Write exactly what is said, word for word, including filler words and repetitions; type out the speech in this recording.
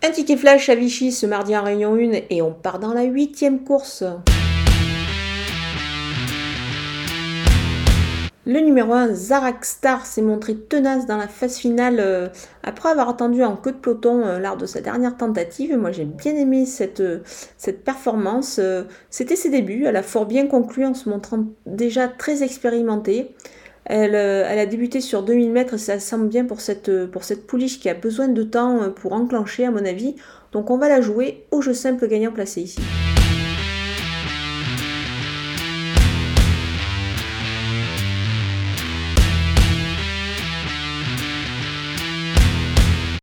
Un ticket flash à Vichy ce mardi en Réunion un et on part dans la huitième course. Le numéro un, Zarak Star, s'est montré tenace dans la phase finale euh, après avoir attendu en queue de peloton euh, lors de sa dernière tentative. Moi j'ai bien aimé cette, euh, cette performance. Euh, c'était ses débuts, elle a fort bien conclu en se montrant déjà très expérimentée. Elle, euh, elle a débuté sur deux mille mètres et ça semble bien pour cette, pour cette pouliche qui a besoin de temps pour enclencher à mon avis. Donc on va la jouer au jeu simple gagnant placé ici.